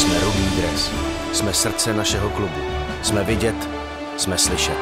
Jsme Rudý dres. Jsme srdce našeho klubu. Jsme vidět, jsme slyšet.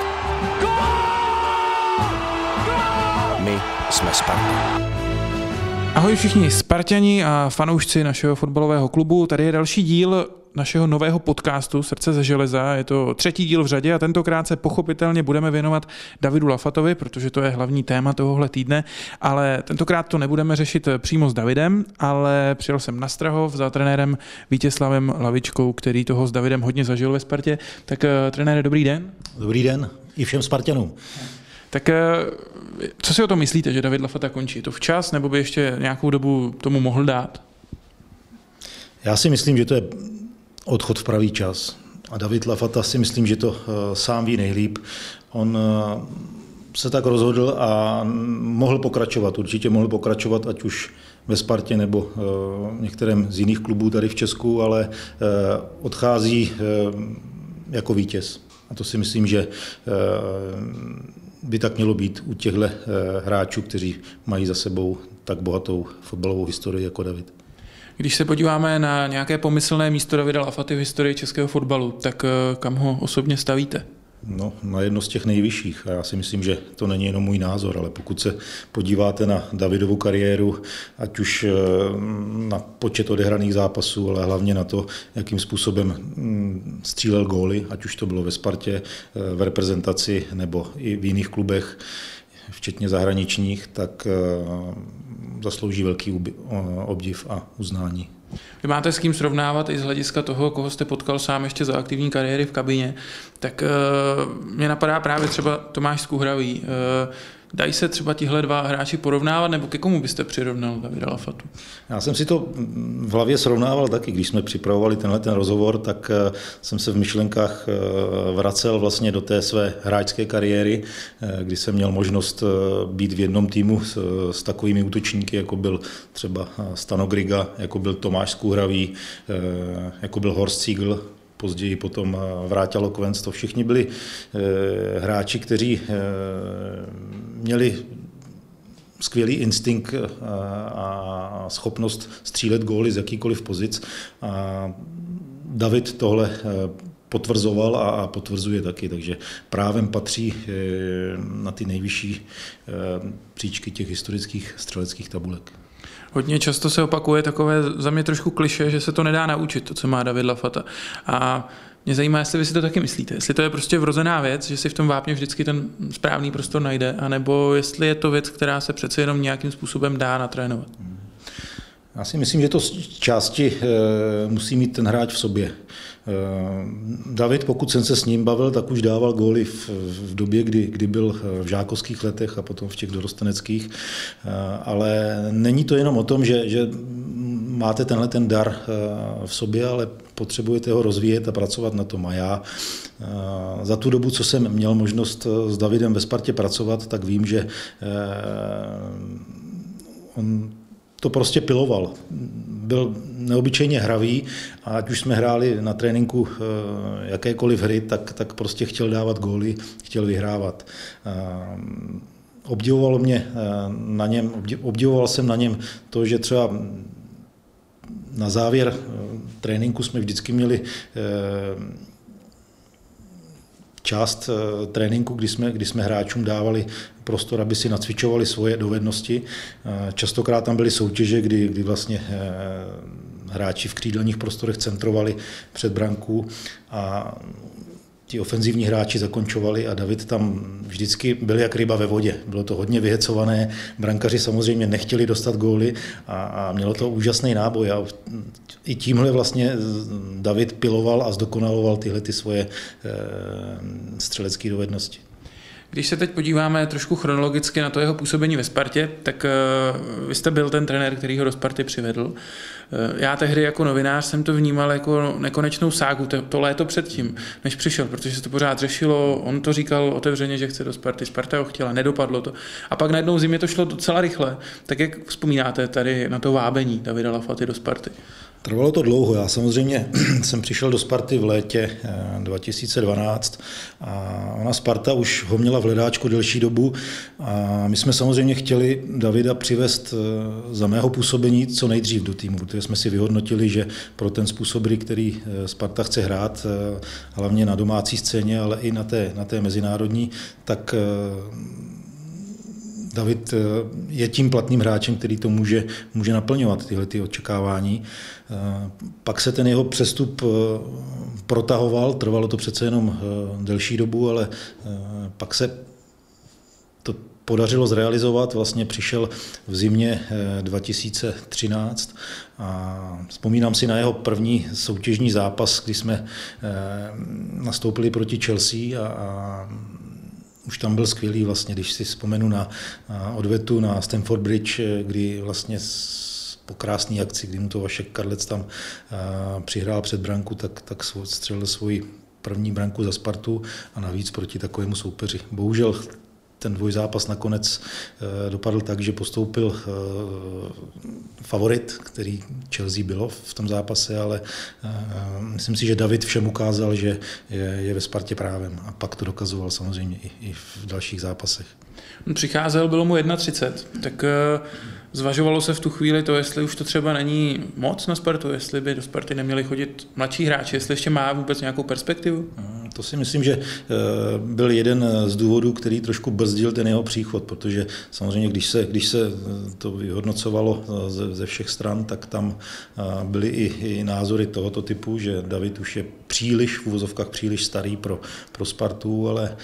My jsme Sparta. Ahoj všichni Sparťani a fanoušci našeho fotbalového klubu. Tady je další díl našeho nového podcastu Srdce ze železa. Je to 3. díl v řadě a tentokrát se pochopitelně budeme věnovat Davidu Lafatovi, protože to je hlavní téma tohohle týdne, ale tentokrát to nebudeme řešit přímo s Davidem, ale přijel jsem na Strahov za trenérem Vítězslavem Lavičkou, který toho s Davidem hodně zažil ve Spartě. Tak trenére, dobrý den. Dobrý den i všem Spartanům. Tak co si o tom myslíte, že David Lafata končí? Je to včas, nebo by ještě nějakou dobu tomu mohl dát? Já si myslím, že to je odchod v pravý čas. A David Lafata si myslím, že to sám ví nejlíp. On se tak rozhodl a mohl pokračovat. Určitě mohl pokračovat, ať už ve Spartě nebo v některém z jiných klubů tady v Česku, ale odchází jako vítěz. A to si myslím, že by tak mělo být u těchto hráčů, kteří mají za sebou tak bohatou fotbalovou historii jako David. Když se podíváme na nějaké pomyslné místo Davida Lafaty v historii českého fotbalu, tak kam ho osobně stavíte? No, na jedno z těch nejvyšších. A já si myslím, že to není jenom můj názor, ale pokud se podíváte na Davidovu kariéru, ať už na počet odehraných zápasů, ale hlavně na to, jakým způsobem střílel góly, ať už to bylo ve Spartě, v reprezentaci nebo i v jiných klubech, včetně zahraničních, tak zaslouží velký obdiv a uznání. Vy máte s kým srovnávat i z hlediska toho, koho jste potkal sám ještě za aktivní kariéry v kabině, tak mě napadá právě třeba Tomáš Skuhravý. Dají se třeba tihle dva hráči porovnávat, nebo ke komu byste přirovnal Davida Lafatu? Já jsem si to v hlavě srovnával taky, když jsme připravovali ten rozhovor, tak jsem se v myšlenkách vracel vlastně do té své hráčské kariéry, kdy jsem měl možnost být v jednom týmu s takovými útočníky, jako byl třeba Stano Griga, jako byl Tomáš Skuhravý, jako byl Horst Siegel, později potom Vráťa Lokvenc. To všichni byli hráči, kteří měli skvělý instinkt a schopnost střílet góly z jakýkoliv pozic. A David tohle potvrzoval a potvrzuje taky, takže právem patří na ty nejvyšší příčky těch historických střeleckých tabulek. Hodně často se opakuje takové za mě trošku klišé, že se to nedá naučit, to, co má David Lafata. A mě zajímá, jestli vy si to taky myslíte. Jestli to je prostě vrozená věc, že si v tom vápně vždycky ten správný prostor najde, anebo jestli je to věc, která se přece jenom nějakým způsobem dá natrénovat. Já si myslím, že to z části musí mít ten hráč v sobě. David, pokud jsem se s ním bavil, tak už dával góly v době, kdy byl v žákovských letech a potom v těch dorosteneckých, ale není to jenom o tom, že máte tenhle ten dar v sobě, ale potřebujete ho rozvíjet a pracovat na tom. A já za tu dobu, co jsem měl možnost s Davidem ve Spartě pracovat, tak vím, že on to prostě piloval. Byl neobyčejně hravý a ať už jsme hráli na tréninku jakékoliv hry, tak prostě chtěl dávat góly, chtěl vyhrávat. Obdivoval jsem na něm to, že třeba na závěr tréninku jsme vždycky měli část tréninku, kdy jsme hráčům dávali prostor, aby si nacvičovali svoje dovednosti. Častokrát tam byly soutěže, kdy vlastně hráči v křídelních prostorech centrovali před branku a ti ofenzivní hráči zakončovali a David tam vždycky byl jak ryba ve vodě. Bylo to hodně vyhecované, brankaři samozřejmě nechtěli dostat góly a mělo to úžasný náboj. A i tímhle vlastně David piloval a zdokonaloval tyhle ty svoje střelecké dovednosti. Když se teď podíváme trošku chronologicky na to jeho působení ve Spartě, tak vy jste byl ten trenér, který ho do Sparty přivedl. Já tehdy jako novinář jsem to vnímal jako nekonečnou ságu, to léto předtím, než přišel, protože se to pořád řešilo, on to říkal otevřeně, že chce do Sparty, Sparta ho chtěla, nedopadlo to. A pak najednou zimě to šlo docela rychle. Tak jak vzpomínáte tady na to vábení Davida Lafaty do Sparty? Trvalo to dlouho. Já samozřejmě jsem přišel do Sparty v létě 2012 a ona Sparta už ho měla v hledáčku delší dobu a my jsme samozřejmě chtěli Davida přivést za mého působení co nejdřív do týmu, protože jsme si vyhodnotili, že pro ten způsob hry, který Sparta chce hrát, hlavně na domácí scéně, ale i na té mezinárodní, tak David je tím platným hráčem, který to může naplňovat, tyhle ty očekávání. Pak se ten jeho přestup protahoval, trvalo to přece jenom delší dobu, ale pak se to podařilo zrealizovat, vlastně přišel v zimě 2013 a vzpomínám si na jeho první soutěžní zápas, kdy jsme nastoupili proti Chelsea a už tam byl skvělý vlastně, když si vzpomenu na odvetu na Stamford Bridge, kdy vlastně po krásné akci, kdy mu to Vašek Kadlec tam přihrál před branku, tak střelil svoji první branku za Spartu a navíc proti takovému soupeři. Bohužel ten dvojzápas nakonec dopadl tak, že postoupil favorit, který Chelsea bylo v tom zápase, ale myslím si, že David všem ukázal, že je ve Spartě právem a pak to dokazoval samozřejmě i v dalších zápasech. On přicházel, bylo mu 31, tak zvažovalo se v tu chvíli to, jestli už to třeba není moc na Spartu, jestli by do Sparty neměli chodit mladší hráči, jestli ještě má vůbec nějakou perspektivu? To si myslím, že byl jeden z důvodů, který trošku brzdil ten jeho příchod, protože samozřejmě, když se to vyhodnocovalo ze všech stran, tak tam byly i názory tohoto typu, že David už je příliš, v uvozovkách příliš starý pro Spartu, ale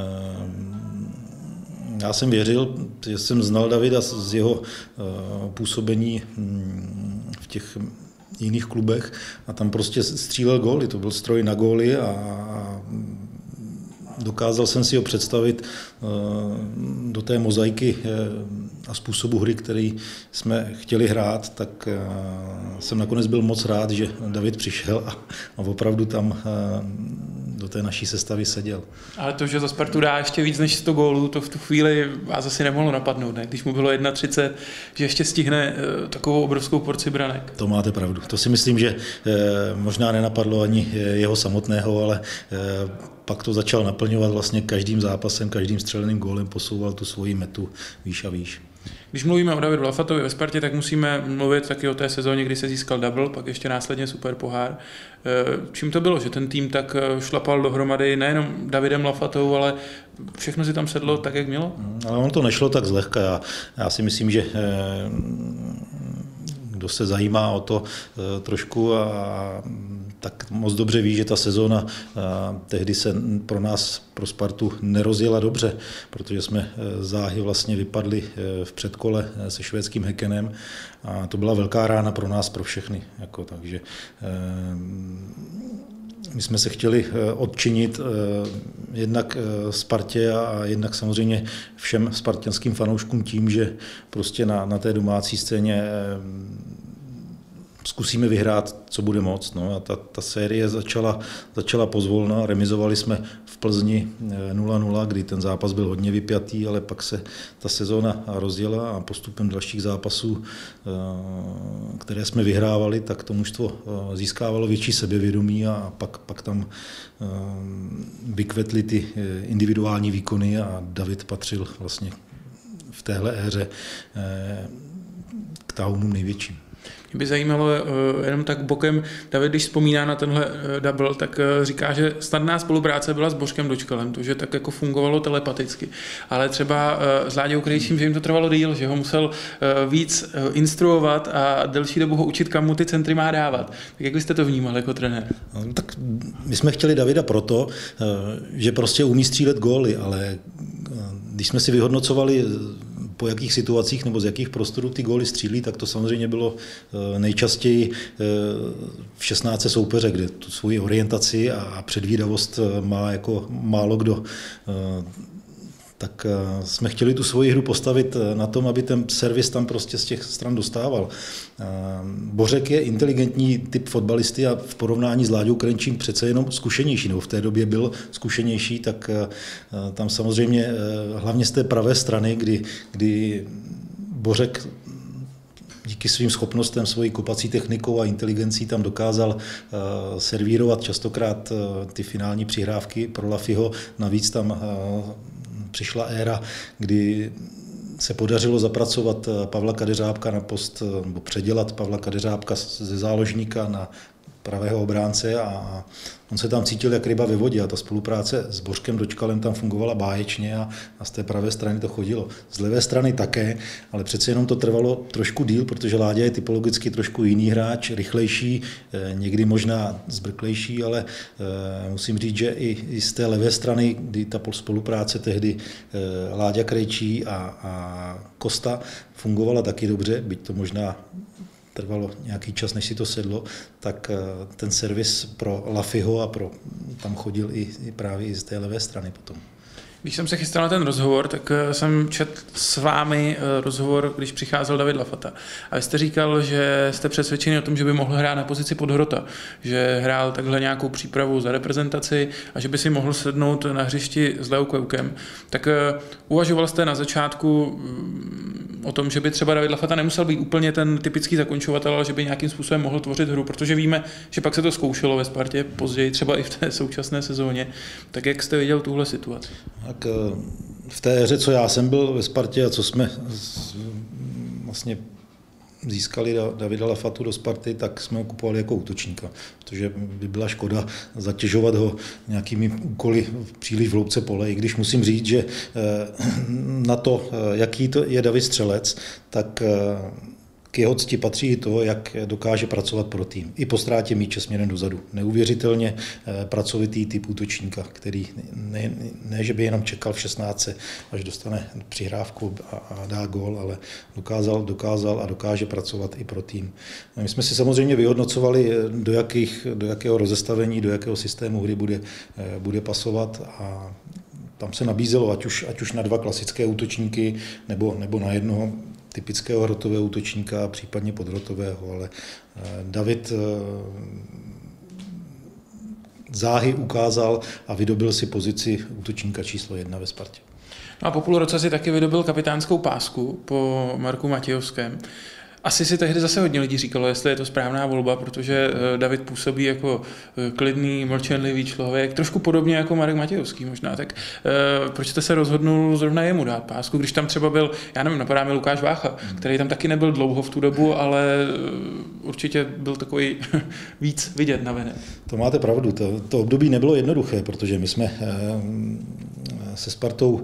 já jsem věřil, že jsem znal Davida z jeho působení v těch jiných klubech a tam prostě střílel góly, to byl stroj na góly a dokázal jsem si ho představit do té mozaiky a způsobu hry, který jsme chtěli hrát, tak jsem nakonec byl moc rád, že David přišel a opravdu tam do té naší sestavy seděl. Ale to, že za Spartu dá ještě víc než 100 gólů, to v tu chvíli vás asi nemohlo napadnout, ne? Když mu bylo 31, že ještě stihne takovou obrovskou porci branek. To máte pravdu. To si myslím, že možná nenapadlo ani jeho samotného, ale pak to začal naplňovat vlastně každým zápasem, každým střeleným gólem, posouval tu svoji metu výš a výš. Když mluvíme o Davidu Lafatovi ve Spartě, tak musíme mluvit taky o té sezóně, kdy se získal double, pak ještě následně super pohár. Čím to bylo, že ten tým tak šlapal dohromady nejenom Davidem Lafatou, ale všechno si tam sedlo tak, jak mělo? Ale on to nešlo tak zlehka. Já si myslím, že kdo se zajímá o to trošku, tak moc dobře ví, že ta sezóna tehdy se pro nás, pro Spartu, nerozjela dobře, protože jsme záhy vlastně vypadli v předkole se švédským Häckenem a to byla velká rána pro nás, pro všechny. Takže my jsme se chtěli odčinit jednak Spartě a jednak samozřejmě všem spartanským fanouškům tím, že prostě na té domácí scéně zkusíme vyhrát, co bude moct. No a ta série začala pozvolna. Remizovali jsme v Plzni 0-0, kdy ten zápas byl hodně vypjatý, ale pak se ta sezóna rozjela a postupem dalších zápasů, které jsme vyhrávali, tak to mužstvo získávalo větší sebevědomí a pak tam vykvetly ty individuální výkony a David patřil vlastně v téhle éře k tahounom největším. Mě by zajímalo jenom tak bokem, David, když vzpomíná na tenhle double, tak říká, že snadná spolupráce byla s Božkem Dočkalem, to, že tak jako fungovalo telepaticky. Ale třeba s Láďou Krejčím, že jim to trvalo díl, že ho musel víc instruovat a delší dobu ho učit, kam mu ty centry má dávat. Tak jak byste to vnímal jako trenér? Tak my jsme chtěli Davida proto, že prostě umí střílet góly, ale když jsme si vyhodnocovali, po jakých situacích nebo z jakých prostorů ty góly střílí, tak to samozřejmě bylo nejčastěji v 16 soupeře, kde tu svoji orientaci a předvídavost má jako málo kdo. Tak jsme chtěli tu svoji hru postavit na tom, aby ten servis tam prostě z těch stran dostával. Bořek je inteligentní typ fotbalisty a v porovnání s Láďou Krejčím přece jenom zkušenější, nebo v té době byl zkušenější, tak tam samozřejmě hlavně z té pravé strany, kdy Bořek díky svým schopnostem, svojí kopací technikou a inteligencí tam dokázal servírovat častokrát ty finální přihrávky pro Lafiho. Navíc tam přišla éra, kdy se podařilo zapracovat Pavla Kadeřábka na post, nebo předělat Pavla Kadeřábka ze záložníka na pravého obránce a on se tam cítil jak ryba ve vodě a ta spolupráce s Bořkem Dočkalem tam fungovala báječně a z té pravé strany to chodilo. Z levé strany také, ale přece jenom to trvalo trošku díl, protože Láďa je typologicky trošku jiný hráč, rychlejší, někdy možná zbrklejší, ale musím říct, že i z té levé strany, kdy ta spolupráce tehdy Láďa Krejčí a Kosta fungovala taky dobře, byť to možná trvalo nějaký čas, než si to sedlo, tak ten servis pro Lafiho tam chodil i právě i z té levé strany potom. Když jsem se chystal na ten rozhovor, tak jsem četl s vámi rozhovor, když přicházel David Lafata. A vy jste říkal, že jste přesvědčeni o tom, že by mohl hrát na pozici Podhrota, že hrál takhle nějakou přípravu za reprezentaci a že by si mohl sednout na hřišti s Leo Koukem. Tak uvažoval jste na začátku o tom, že by třeba David Lafata nemusel být úplně ten typický zakončovatel, ale že by nějakým způsobem mohl tvořit hru, protože víme, že pak se to zkoušelo ve Spartě, později třeba i v té současné sezóně. Tak jak jste viděl tuhle situaci? Tak v té hře, co já jsem byl ve Spartě a co jsme vlastně získali Davida Lafatu do Sparty, tak jsme ho kupovali jako útočníka, protože by byla škoda zatěžovat ho nějakými úkoly příliš v hloubce pole, i když musím říct, že na to, jaký to je David střelec, tak k jeho cti patří i to, jak dokáže pracovat pro tým. I po ztrátě míče směrem dozadu. Neuvěřitelně pracovitý typ útočníka, který ne že by jenom čekal v 16, až dostane přihrávku a dá gól, ale dokázal a dokáže pracovat i pro tým. My jsme si samozřejmě vyhodnocovali, do jakého rozestavení, do jakého systému hry bude pasovat a tam se nabízelo, ať už na dva klasické útočníky, nebo na jednoho typického hrotového útočníka, případně podhrotového, ale David záhy ukázal a vydobil si pozici útočníka číslo 1 ve Spartě. No a po půl roce si taky vydobil kapitánskou pásku po Marku Matějovském. Asi si tehdy zase hodně lidí říkalo, jestli je to správná volba, protože David působí jako klidný, mlčenlivý člověk, trošku podobně jako Marek Matějovský možná. Tak proč jste se rozhodnul zrovna jemu dát pásku, když tam třeba byl, já nevím, napadá mi Lukáš Vácha, který tam taky nebyl dlouho v tu dobu, ale určitě byl takový víc vidět navenek. To máte pravdu, to období nebylo jednoduché, protože my jsme se Spartou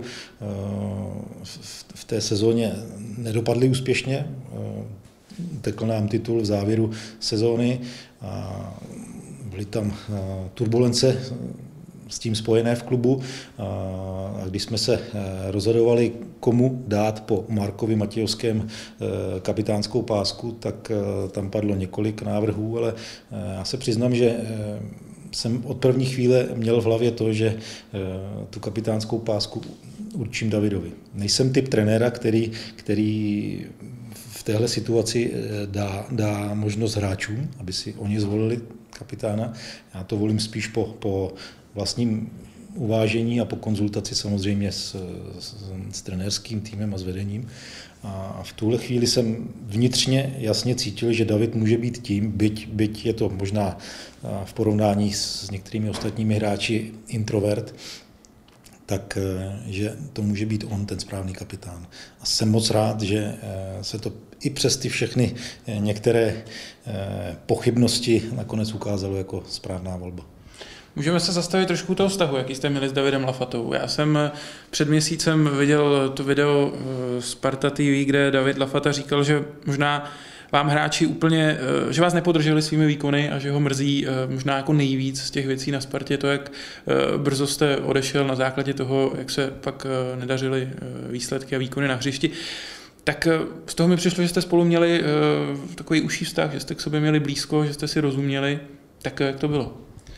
v té sezóně nedopadli úspěšně. Tekl nám titul v závěru sezóny a byly tam turbulence s tím spojené v klubu. A když jsme se rozhodovali, komu dát po Markovi Matějovském kapitánskou pásku, tak tam padlo několik návrhů, ale já se přiznám, že jsem od první chvíle měl v hlavě to, že tu kapitánskou pásku určím Davidovi. Nejsem typ trenéra, který v téhle situaci dá možnost hráčům, aby si oni zvolili kapitána. Já to volím spíš po vlastním uvážení a po konzultaci samozřejmě s trenérským týmem a s vedením. A v tuhle chvíli jsem vnitřně jasně cítil, že David může být tím, byť je to možná v porovnání s některými ostatními hráči introvert, tak že to může být on ten správný kapitán. A jsem moc rád, že se to i přes ty všechny některé pochybnosti nakonec ukázalo jako správná volba. Můžeme se zastavit trošku toho vztahu, jaký jste měli s Davidem Lafatou. Já jsem před měsícem viděl to video Sparta TV, kde David Lafata říkal, že možná vám hráči úplně, že vás nepodrželi svými výkony a že ho mrzí možná jako nejvíc z těch věcí na Spartě to, jak brzo jste odešel na základě toho, jak se pak nedařily výsledky a výkony na hřišti. Tak z toho mi přišlo, že jste spolu měli takový užší vztah, že jste k sobě měli blízko, že jste si rozuměli. Tak jak to bylo?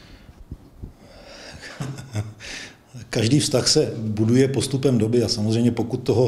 Každý vztah se buduje postupem doby a samozřejmě pokud toho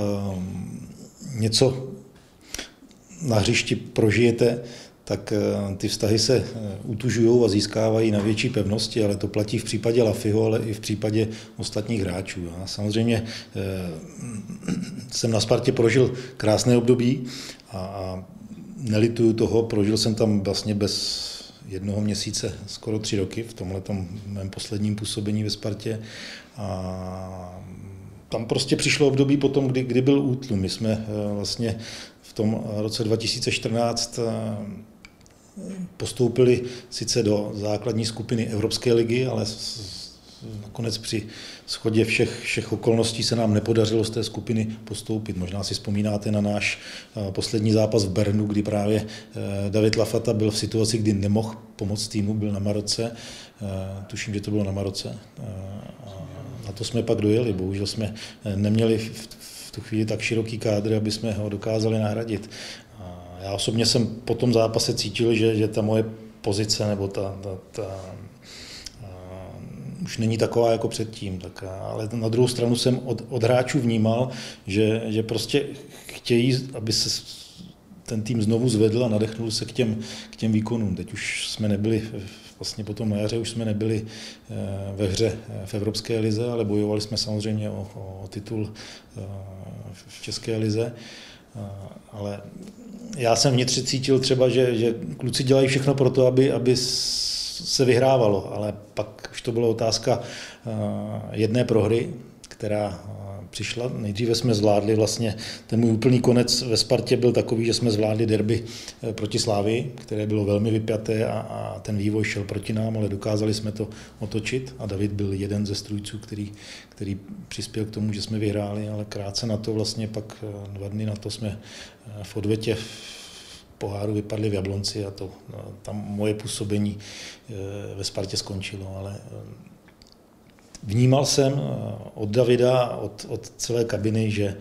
něco na hřišti prožijete, tak ty vztahy se utužují a získávají na větší pevnosti, ale to platí v případě Lafiho, ale i v případě ostatních hráčů. A samozřejmě jsem na Spartě prožil krásné období a nelituju toho, prožil jsem tam vlastně bez jednoho měsíce, skoro 3 roky v tomhletom mém posledním působení ve Spartě. A tam prostě přišlo období potom, kdy byl útlum. My jsme vlastně v tom roce 2014 postoupili sice do základní skupiny Evropské ligy, ale nakonec při shodě všech okolností se nám nepodařilo z té skupiny postoupit. Možná si vzpomínáte na náš poslední zápas v Bernu, kdy právě David Lafata byl v situaci, kdy nemohl pomoct týmu, byl na Maroce. Tuším, že to bylo na Maroce. Na to jsme pak dojeli. Bohužel jsme neměli v tu chvíli tak široký kádr, aby jsme ho dokázali nahradit. Já osobně jsem po tom zápase cítil, že ta moje pozice nebo už není taková jako předtím. Ale na druhou stranu jsem od hráčů vnímal, že prostě chtějí, aby se ten tým znovu zvedl a nadechnul se k těm výkonům. Teď už jsme nebyli, vlastně potom na jaře už jsme nebyli ve hře v Evropské lize, ale bojovali jsme samozřejmě o titul v České lize. Ale já jsem vnitřně cítil třeba, že kluci dělají všechno pro to, aby se vyhrávalo, ale pak už to byla otázka jedné prohry, která přišla. Nejdříve jsme zvládli vlastně, ten můj úplný konec ve Spartě byl takový, že jsme zvládli derby proti Slávii, které bylo velmi vypjaté a ten vývoj šel proti nám, ale dokázali jsme to otočit a David byl jeden ze strůjců, který přispěl k tomu, že jsme vyhráli, ale krátce na to vlastně pak 2 dny na to jsme v odvetě v poháru vypadli v Jablonci a tam moje působení ve Spartě skončilo, ale vnímal jsem od Davida, od celé kabiny, že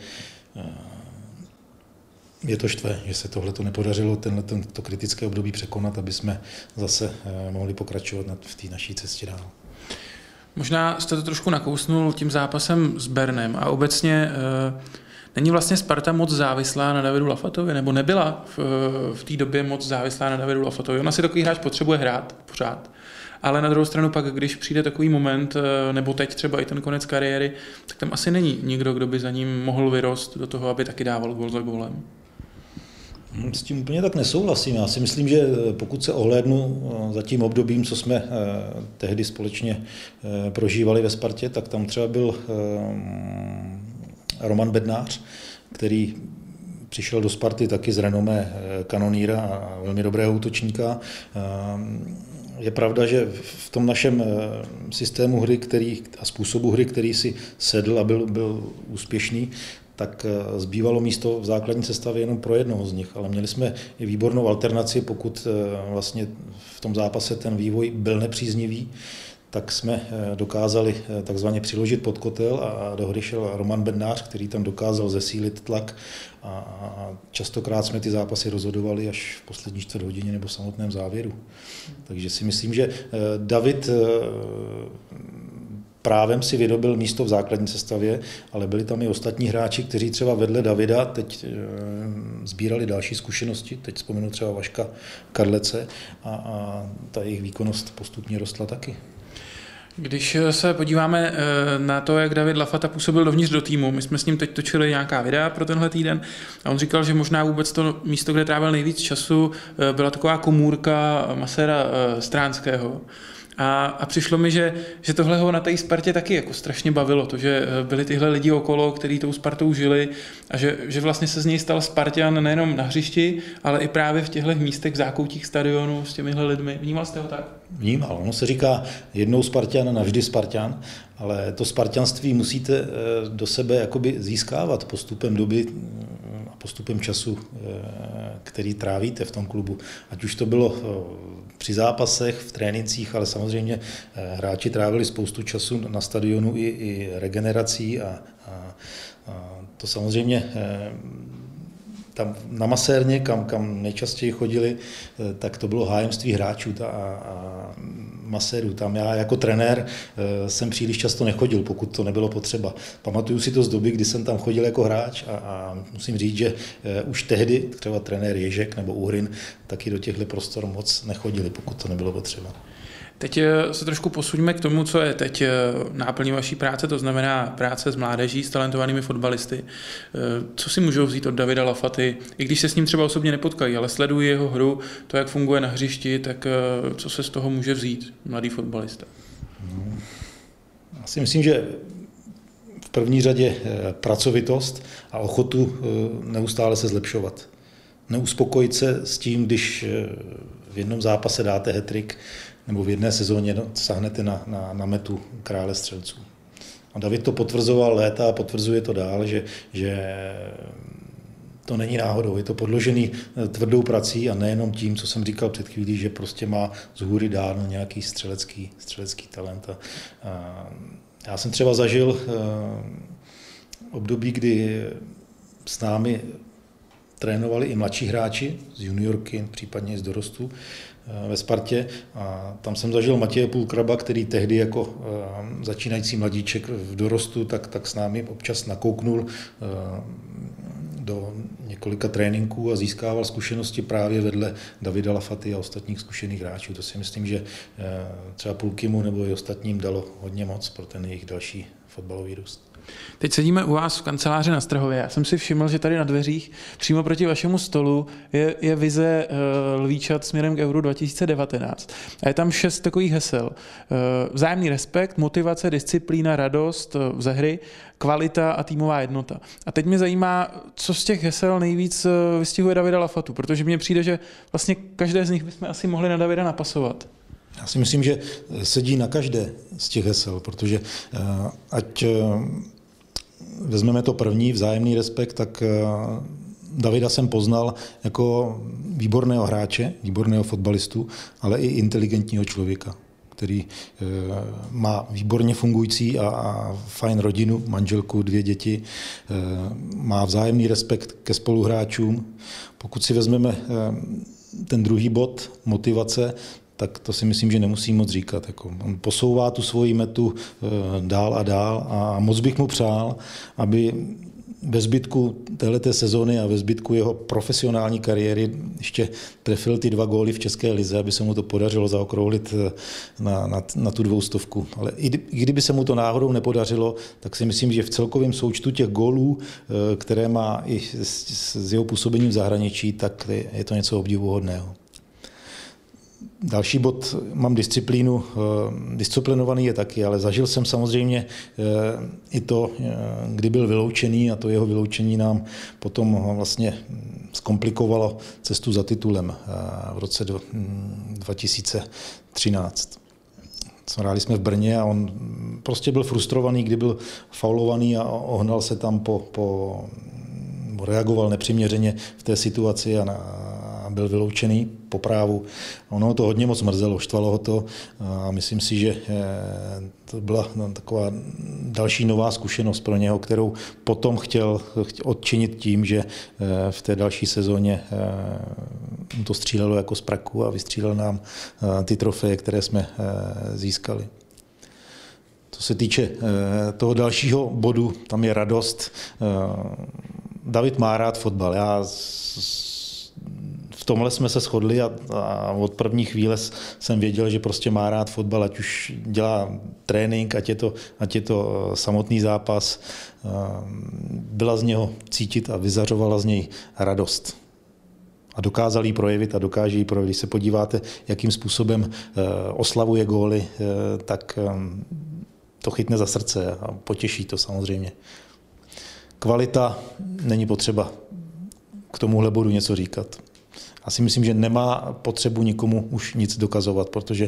je to štve, že se tohle nepodařilo, to kritické období překonat, aby jsme zase mohli pokračovat v té naší cestě dál. Možná jste to trošku nakousnul tím zápasem s Bernem a obecně není vlastně Sparta moc závislá na Davidu Lafatovi, nebo nebyla v té době moc závislá na Davidu Lafatovi. Ona si takový hráč potřebuje hrát pořád. Ale na druhou stranu pak, když přijde takový moment, nebo teď třeba i ten konec kariéry, tak tam asi není nikdo, kdo by za ním mohl vyrost do toho, aby taky dával gól za gólem. S tím úplně tak nesouhlasím. Já si myslím, že pokud se ohlédnu za tím obdobím, co jsme tehdy společně prožívali ve Spartě, tak tam třeba byl Roman Bednář, který přišel do Sparty taky z renomé kanonýra a velmi dobrého útočníka. Je pravda, že v tom našem systému hry a způsobu hry, který si sedl a byl úspěšný, tak zbývalo místo v základní sestavě jenom pro jednoho z nich, ale měli jsme i výbornou alternaci, pokud vlastně v tom zápase ten vývoj byl nepříznivý, tak jsme dokázali takzvaně přiložit pod kotel a do hry šel Roman Bednář, který tam dokázal zesílit tlak a častokrát jsme ty zápasy rozhodovali až v poslední 4 hodině nebo v samotném závěru. Takže si myslím, že David právem si vydobil místo v základní sestavě, ale byli tam i ostatní hráči, kteří třeba vedle Davida teď sbírali další zkušenosti, teď vzpomenu třeba Vaška Kadlece a ta jejich výkonnost postupně rostla taky. Když se podíváme na to, jak David Lafata působil dovnitř do týmu, my jsme s ním teď točili nějaká videa pro tenhle týden a on říkal, že možná vůbec to místo, kde trávil nejvíc času, byla taková komůrka maséra Stránského. A přišlo mi, že tohle ho na té Spartě taky jako strašně bavilo, to, že byli tyhle lidi okolo, kteří tou Spartou žili a že vlastně se z něj stal Spartan nejenom na hřišti, ale i právě v těchto místech, v zákoutích stadionu s těmihle lidmi. Vnímal jste ho tak? Vnímal. Ono se říká jednou Spartan, navždy Spartan, ale to spartanství musíte do sebe jakoby získávat postupem doby a postupem času, který trávíte v tom klubu. Ať už to bylo při zápasech, v trénincích, ale samozřejmě hráči trávili spoustu času na stadionu i regenerací a to samozřejmě tam na Masérně, kam nejčastěji chodili, tak to bylo hájemství hráčů a masérů. Tam já jako trenér jsem příliš často nechodil, pokud to nebylo potřeba. Pamatuju si to z doby, kdy jsem tam chodil jako hráč a musím říct, že už tehdy třeba trenér Ježek nebo Uhrin taky do těchto prostor moc nechodili, pokud to nebylo potřeba. Teď se trošku posuňme k tomu, co je teď náplní vaší práce, to znamená práce s mládeží, s talentovanými fotbalisty. Co si můžou vzít od Davida Lafaty, i když se s ním třeba osobně nepotkají, ale sledují jeho hru, to, jak funguje na hřišti, tak co se z toho může vzít mladý fotbalista? Já si myslím, že v první řadě pracovitost a ochotu neustále se zlepšovat. Neuspokojit se s tím, když v jednom zápase dáte hat-trick nebo v jedné sezóně sáhnete na metu krále střelců. A David to potvrzoval léta a potvrzuje to dál, že to není náhodou, je to podložený tvrdou prací a nejenom tím, co jsem říkal před chvílí, že prostě má z hůry dán nějaký střelecký talent. Já jsem třeba zažil období, kdy s námi trénovali i mladší hráči z juniorky, případně i z dorostu ve Spartě. A tam jsem zažil Matěje Půlkraba, který tehdy jako začínající mladíček v dorostu, tak s námi občas nakouknul do několika tréninků a získával zkušenosti právě vedle Davida Lafaty a ostatních zkušených hráčů. To si myslím, že třeba Pulkimu nebo i ostatním dalo hodně moc pro ten jejich další fotbalový růst. Teď sedíme u vás v kanceláři na Strahově. Já jsem si všiml, že tady na dveřích přímo proti vašemu stolu je vize Lvíčat směrem k Euro 2019. A je tam 6 takových hesel. Vzájemný respekt, motivace, disciplína, radost ze hry, kvalita a týmová jednota. A teď mě zajímá, co z těch hesel nejvíc vystihuje Davida Lafatu, protože mně přijde, že vlastně každé z nich bychom asi mohli na Davida napasovat. Já si myslím, že sedí na každé z těch hesel, protože ať vezmeme to první, vzájemný respekt, tak Davida jsem poznal jako výborného hráče, výborného fotbalistu, ale i inteligentního člověka, který má výborně fungující a fajn rodinu, manželku, 2 děti, má vzájemný respekt ke spoluhráčům. Pokud si vezmeme ten druhý bod, motivace, tak to si myslím, že nemusím moc říkat. On posouvá tu svoji metu dál a dál a moc bych mu přál, aby ve zbytku téhleté sezóny a ve zbytku jeho profesionální kariéry ještě trefil ty 2 góly v České lize, aby se mu to podařilo zaokrouhlit na tu 200. Ale i kdyby se mu to náhodou nepodařilo, tak si myslím, že v celkovém součtu těch gólů, které má i s jeho působením v zahraničí, tak je to něco obdivuhodného. Další bod, mám disciplínu, disciplinovaný je taky, ale zažil jsem samozřejmě i to, kdy byl vyloučený a to jeho vyloučení nám potom vlastně zkomplikovalo cestu za titulem v roce 2013. Hráli jsme v Brně a on prostě byl frustrovaný, kdy byl faulovaný a ohnal se tam reagoval nepřiměřeně v té situaci a byl vyloučený po právu. Ono to hodně moc mrzelo, štvalo ho to a myslím si, že to byla taková další nová zkušenost pro něho, kterou potom chtěl odčinit tím, že v té další sezóně to střílelo jako z praku a vystřílel nám ty trofeje, které jsme získali. Co se týče toho dalšího bodu, tam je radost. David má rád fotbal. V tomhle jsme se shodli a od první chvíle jsem věděl, že prostě má rád fotbal, ať už dělá trénink, ať je to samotný zápas. Byla z něho cítit a vyzařovala z něj radost. A dokázal ji projevit a dokáže ji projevit. Když se podíváte, jakým způsobem oslavuje góly, tak to chytne za srdce a potěší to samozřejmě. Kvalita, není potřeba k tomuhle bodu něco říkat. Já si myslím, že nemá potřebu nikomu už nic dokazovat, protože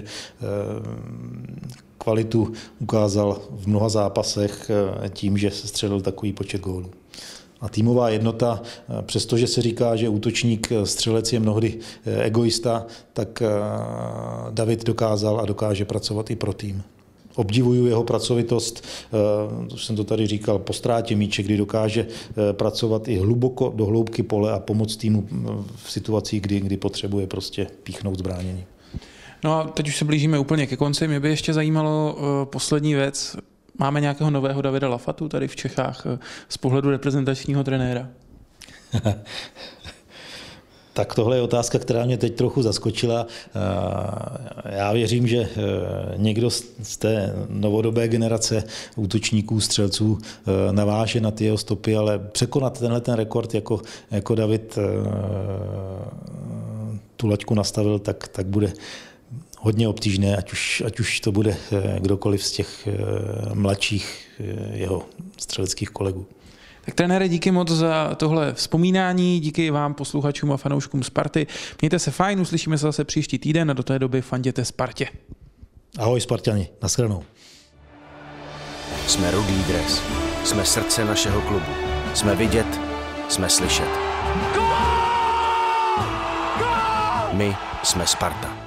kvalitu ukázal v mnoha zápasech tím, že se střelil takový počet gólů. A týmová jednota, přestože se říká, že útočník, střelec je mnohdy egoista, tak David dokázal a dokáže pracovat i pro tým. Obdivuju jeho pracovitost, už jsem to tady říkal, po ztrátě míče, kdy dokáže pracovat i hluboko do hloubky pole a pomoct týmu v situacích, kdy potřebuje prostě píchnout zbránění. No a teď už se blížíme úplně ke konci. Mě by ještě zajímalo poslední věc. Máme nějakého nového Davida Lafatu tady v Čechách z pohledu reprezentačního trenéra? Tak tohle je otázka, která mě teď trochu zaskočila. Já věřím, že někdo z té novodobé generace útočníků, střelců naváže na ty jeho stopy, ale překonat tenhle ten rekord, jako David tu laťku nastavil, tak bude hodně obtížné, ať už to bude kdokoliv z těch mladších jeho střeleckých kolegů. Tak trenére, díky moc za tohle vzpomínání, díky vám posluchačům a fanouškům Sparty. Mějte se fajn, uslyšíme se zase příští týden a do té doby fanděte Spartě. Ahoj Sparťani, nashledanou. Jsme Rudý dres, jsme srdce našeho klubu. Jsme vidět, jsme slyšet. My jsme Sparta.